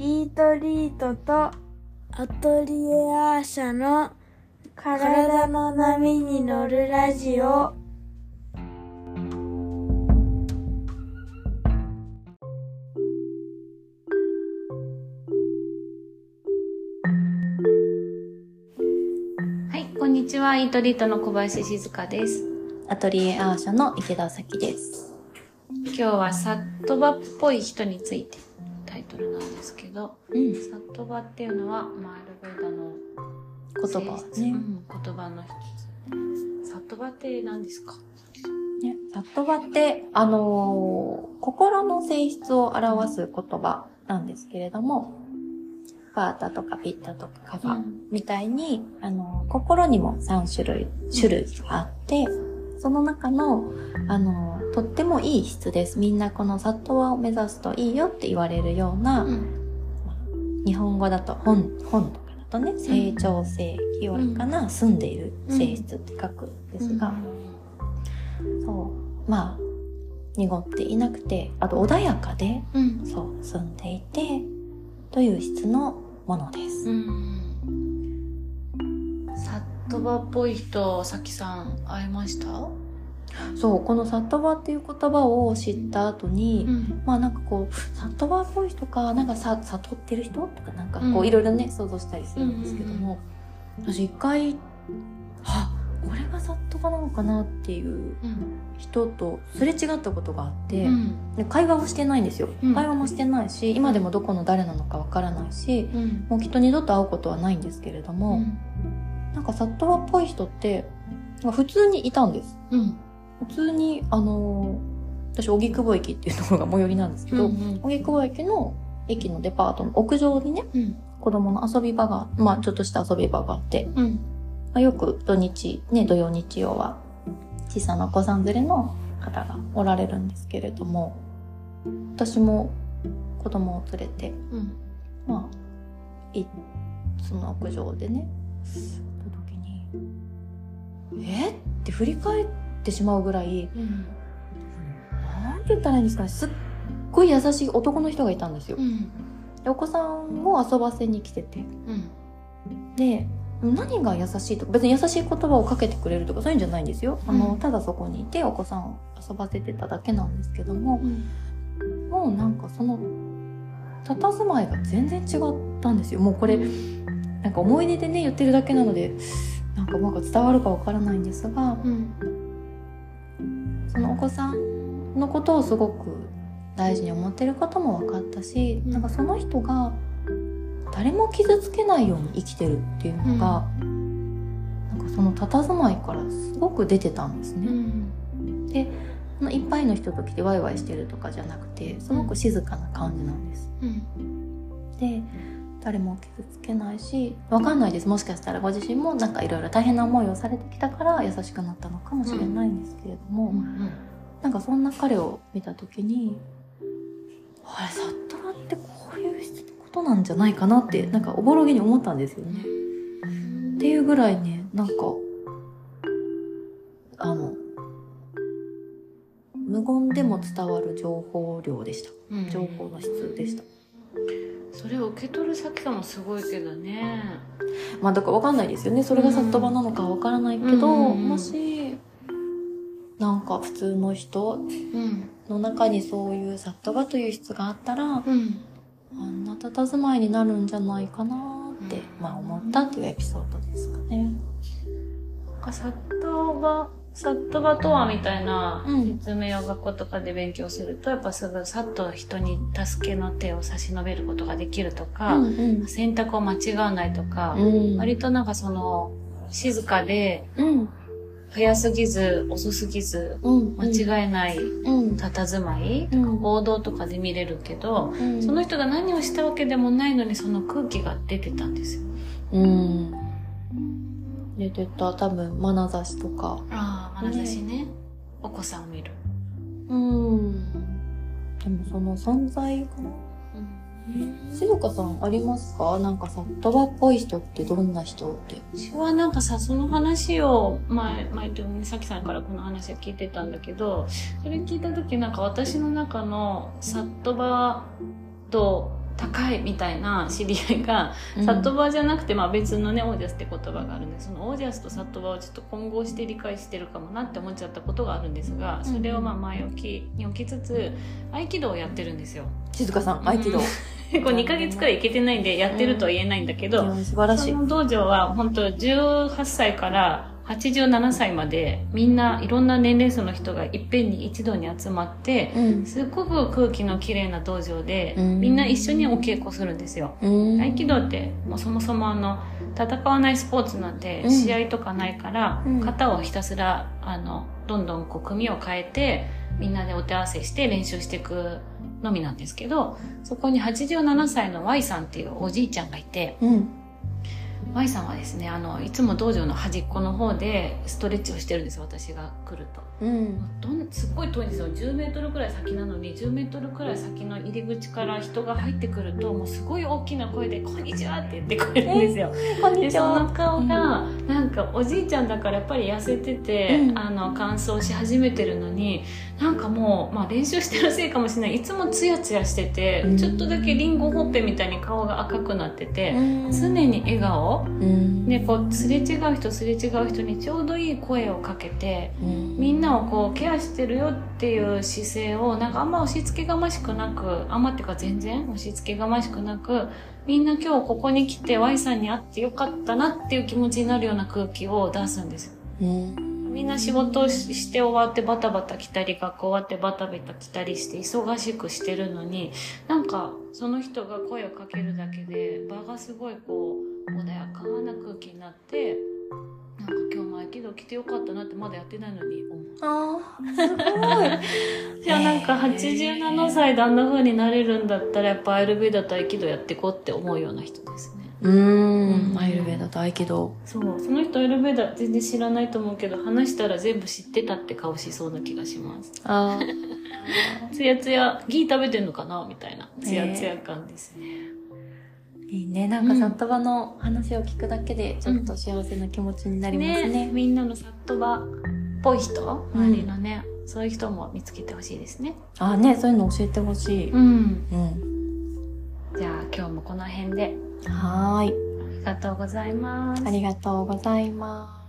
イートリートとアトリエアーシャの体の波に乗るラジオ。 はい、こんにちは。イートリートの小林静香です。 アトリエアーシャの池田咲です。 今日はサットバっぽい人についてタイトルなんですけど、サットバっていうのはアルベーダの言葉ね、 言葉の一つ。サットバって何ですか？ ね、サットバって心の性質を表す言葉なんですけれども、バータとかピッタとかカファみたいに、心にも3種類があって、その中のとってもいい質です。みんなこのサットバを目指すといいよって言われるような、日本語だと本とかだとね、成長性、清らかな住んでいる性質って書くんですが、濁っていなくて、あと穏やかで、住んでいてという質のものです。 サットバっぽい人、さきさん会いました？ そう、このサットバっていう言葉を知った後に、なんかこうサットバっぽい人か、なんか悟ってる人とか、なんかこういろいろね想像したりするんですけども、私一回これがサットバなのかなっていう人とすれ違ったことがあって、で会話をしてないんですよ。会話もしてないし、今でもどこの誰なのかわからないし、もうきっと二度と会うことはないんですけれども、なんかサットバっぽい人って普通にいたんです。普通に私荻窪駅っていうところが最寄りなんですけど、荻窪駅のデパートの屋上にね、子供の遊び場がちょっとした遊び場があって、よく土曜日曜は小さなお子さん連れの方がおられるんですけれども、私も子供を連れて、その屋上でねった時にって振り返ってしまうぐらい、なんて言ったらいいんですかね、すっごい優しい男の人がいたんですよ。でお子さんを遊ばせに来てて、で何が優しいとか、別に優しい言葉をかけてくれるとかそういうんじゃないんですよ。ただそこにいてお子さんを遊ばせてただけなんですけども、もうなんかその佇まいが全然違ったんですよ。もうこれなんか思い出でね言ってるだけなので、なんかうまく伝わるかわからないんですが、そのお子さんのことをすごく大事に思ってることも分かったし、なんかその人が誰も傷つけないように生きてるっていうのが、なんかその佇まいからすごく出てたんですね。で、いっぱいの人と来てワイワイしてるとかじゃなくて、すごく静かな感じなんです。で、誰も傷つけないし、わかんないです。もしかしたらご自身もなんかいろいろ大変な思いをされてきたから優しくなったのかもしれないんですけれども、なんかそんな彼を見た時に、あれサットバってこういうことなんじゃないかなって、なんかおぼろげに思ったんですよね。っていうぐらいね、なんか無言でも伝わる情報量でした。情報の質でした。 それを受け取る先かもすごいけどね。 だから分かんないですよね。それがサットバなのか分からないけど、もしなんか普通の人の中にそういうサットバという質があったら、あんな佇まいになるんじゃないかなって、思ったっていうエピソードですかね。 サットバとはみたいな説明を学校とかで勉強すると、やっぱすぐさっと人に助けの手を差し伸べることができるとか、選択を間違わないとか、割となんかその静かで、早すぎず遅すぎず、間違えない佇まいとか行動とかで見れるけど、その人が何をしたわけでもないのにその空気が出てたんですよ。 出てた。多分眼差しとか。 眼差しね。お子さんを見る。 でもその存在かな。静香さんありますか？なんかサットバっぽい人ってどんな人って。 私はなんかさ、その話を前とね、さきさんからこの話を聞いてたんだけど、それ聞いた時なんか私の中のサットバと高いみたいな知り合いが、サットバじゃなくて、別のねオージャスって言葉があるんで、そのオージャスとサットバをちょっと混合して理解してるかもなって思っちゃったことがあるんですが、それを前置きに置きつつ合気道をやってるんですよ。 静香さん合気道、 こう2ヶ月くらい行けてないんでやってるとは言えないんだけど、 素晴らしい。 その道場は本当18歳から87歳までみんないろんな年齢層の人がいっぺんに一度に集まって、すっごく空気のきれいな道場で、みんな一緒にお稽古するんですよ。合気道ってもうそもそも戦わないスポーツなんで、試合とかないから、型をひたすらどんどん組を変えてみんなでお手合わせして練習していくのみなんですけど、そこに87歳の Y さんっていうおじいちゃんがいて、Y さんはですね、いつも道場の端っこの方でストレッチをしてるんですよ、私が来ると。すっごい遠いんですよ。10メートルくらい先なのに、10メートルくらい先の入り口から人が入ってくると、もうすごい大きな声で、こんにちはって言ってくれるんですよ。 こんにちは。 で、その顔が、なんかおじいちゃんだからやっぱり痩せてて、乾燥し始めてるのに、なんかもう、練習してるせいかもしれない。いつもツヤツヤしてて、ちょっとだけリンゴほっぺみたいに顔が赤くなってて、常に笑顔。で、こう、すれ違う人にちょうどいい声をかけて、みんなをこう、ケアしてるよっていう姿勢を、なんかあんま押し付けがましくなく、っていうか全然押し付けがましくなく、みんな今日ここに来て Y さんに会ってよかったなっていう気持ちになるような空気を出すんですよ。みんな仕事をして終わってバタバタ来たり、学校終わってバタバタ来たりして忙しくしてるのに、なんかその人が声をかけるだけで場がすごいこう穏やかな空気になって、なんか今日も合気道来てよかったなってまだやってないのに思う。 すごい。 じゃあなんか87歳であんな風になれるんだったら、やっぱアイルベーダと合気道やっていこうって思うような人ですね。 アイルベーダと合気道。 そう、その人アイルベーダ全然知らないと思うけど、話したら全部知ってたって顔しそうな気がします。ツヤツヤ、ギー食べてんのかなみたいなツヤツヤ感ですね。 いいね。なんかサットバの話を聞くだけでちょっと幸せな気持ちになりますね。 みんなのサットバっぽい人、周りのね、そういう人も見つけてほしいですね。 そういうの教えてほしい。 じゃあ今日もこの辺で。 はい。 ありがとうございます。 ありがとうございます。